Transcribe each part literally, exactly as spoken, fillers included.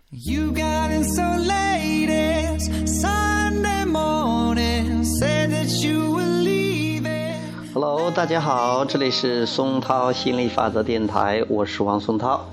You got in so late as Sunday morning, said that you were leaving. Hello， 大家好，这里是松涛心理法则电台，我是王松涛。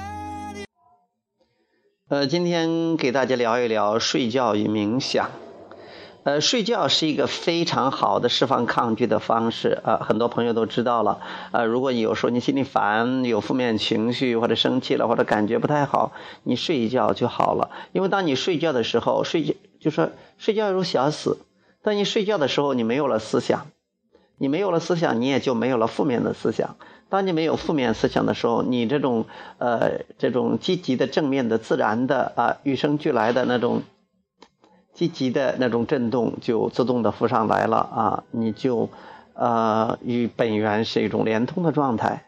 呃，今天给大家聊一聊睡觉与冥想。呃，睡觉是一个非常好的释放抗拒的方式啊、呃，很多朋友都知道了。呃，如果你有时候你心里烦，有负面情绪或者生气了，或者感觉不太好，你睡一觉就好了。因为当你睡觉的时候，睡觉就说睡觉如小死。当你睡觉的时候，你没有了思想，你没有了思想，你也就没有了负面的思想。当你没有负面思想的时候，你这种呃这种积极的、正面的、自然的啊、呃、与生俱来的那种。积极的那种震动就自动的浮上来了啊，你就呃与本源是一种连通的状态。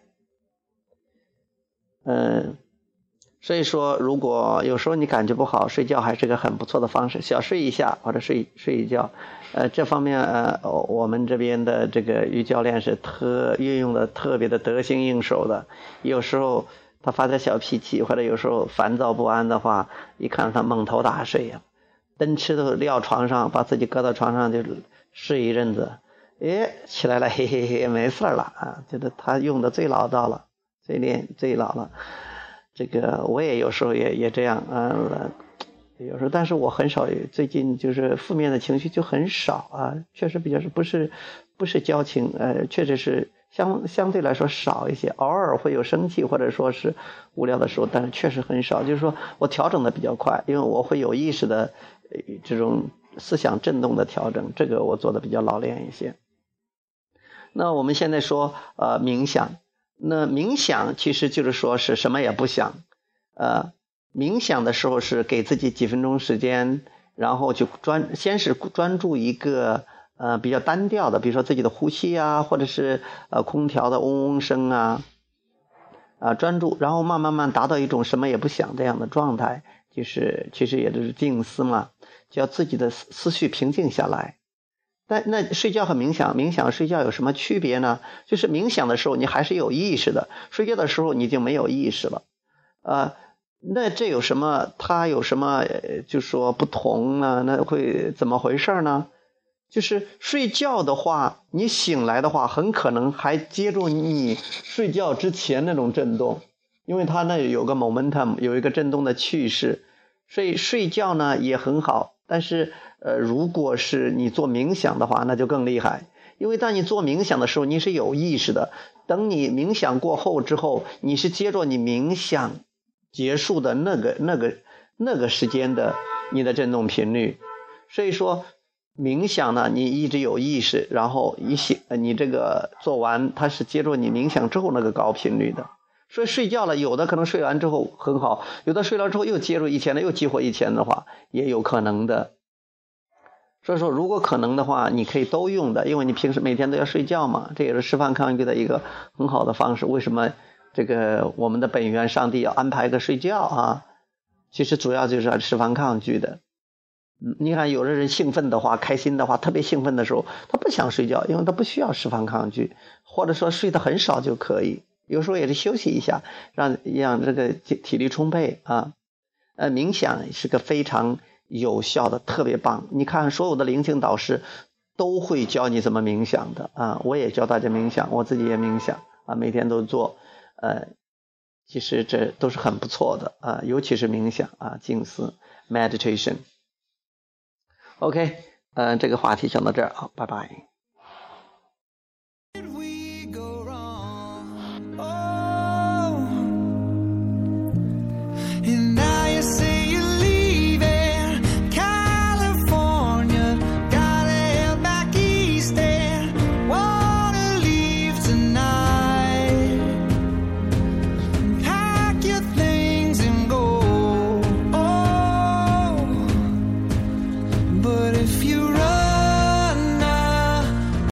嗯，所以说如果有时候你感觉不好，睡觉还是个很不错的方式，小睡一下或者睡睡一觉。呃，这方面呃我们这边的这个于教练是特运用的特别的得心应手的。有时候他发点小脾气，或者有时候烦躁不安的话，一看他蒙头大睡呀。灯吃都撂床上，把自己搁到床上就睡一阵子，诶，起来了，嘿嘿嘿，没事了啊！觉得他用的最老道了，最练最老了。这个我也有时候也也这样啊，有时候，但是我很少，最近就是负面的情绪就很少啊，确实比较是不是不是矫情，呃，确实是相相对来说少一些，偶尔会有生气或者说是无聊的时候，但是确实很少。就是说我调整的比较快，因为我会有意识的。这种思想振动的调整，这个我做的比较老练一些。那我们现在说呃冥想，那冥想其实就是说是什么也不想，呃冥想的时候是给自己几分钟时间，然后去专先是专注一个呃比较单调的，比如说自己的呼吸啊，或者是呃空调的嗡嗡声啊啊专注，然后慢慢慢达到一种什么也不想这样的状态。就是其实也就是静思嘛，就要自己的思绪平静下来。但那睡觉和冥想，冥想睡觉有什么区别呢？就是冥想的时候你还是有意识的，睡觉的时候你就没有意识了。呃，那这有什么？它有什么就说不同呢？那会怎么回事呢？就是睡觉的话，你醒来的话，很可能还接住你睡觉之前那种震动。因为它那有个 momentum， 有一个震动的趋势，所以睡觉呢也很好。但是呃，如果是你做冥想的话，那就更厉害。因为当你做冥想的时候，你是有意识的。等你冥想过后之后，你是接着你冥想结束的那个那个那个时间的你的振动频率。所以说冥想呢，你一直有意识，然后一醒，你这个做完，它是接着你冥想之后那个高频率的。所以睡觉了，有的可能睡完之后很好，有的睡了之后又接入以前的，又激活以前的话，也有可能的。所以说如果可能的话，你可以都用的，因为你平时每天都要睡觉嘛，这也是释放抗拒的一个很好的方式。为什么这个我们的本源上帝要安排个睡觉啊？其实主要就是要释放抗拒的。嗯，你看有的人兴奋的话，开心的话，特别兴奋的时候，他不想睡觉，因为他不需要释放抗拒，或者说睡得很少就可以。有时候也是休息一下，让让这个体力充沛啊。呃，冥想是个非常有效的，特别棒。你看所有的灵性导师都会教你怎么冥想的啊，我也教大家冥想，我自己也冥想啊，每天都做。呃，其实这都是很不错的啊，尤其是冥想啊，静思 meditation。OK， 呃，这个话题讲到这儿，好，拜拜。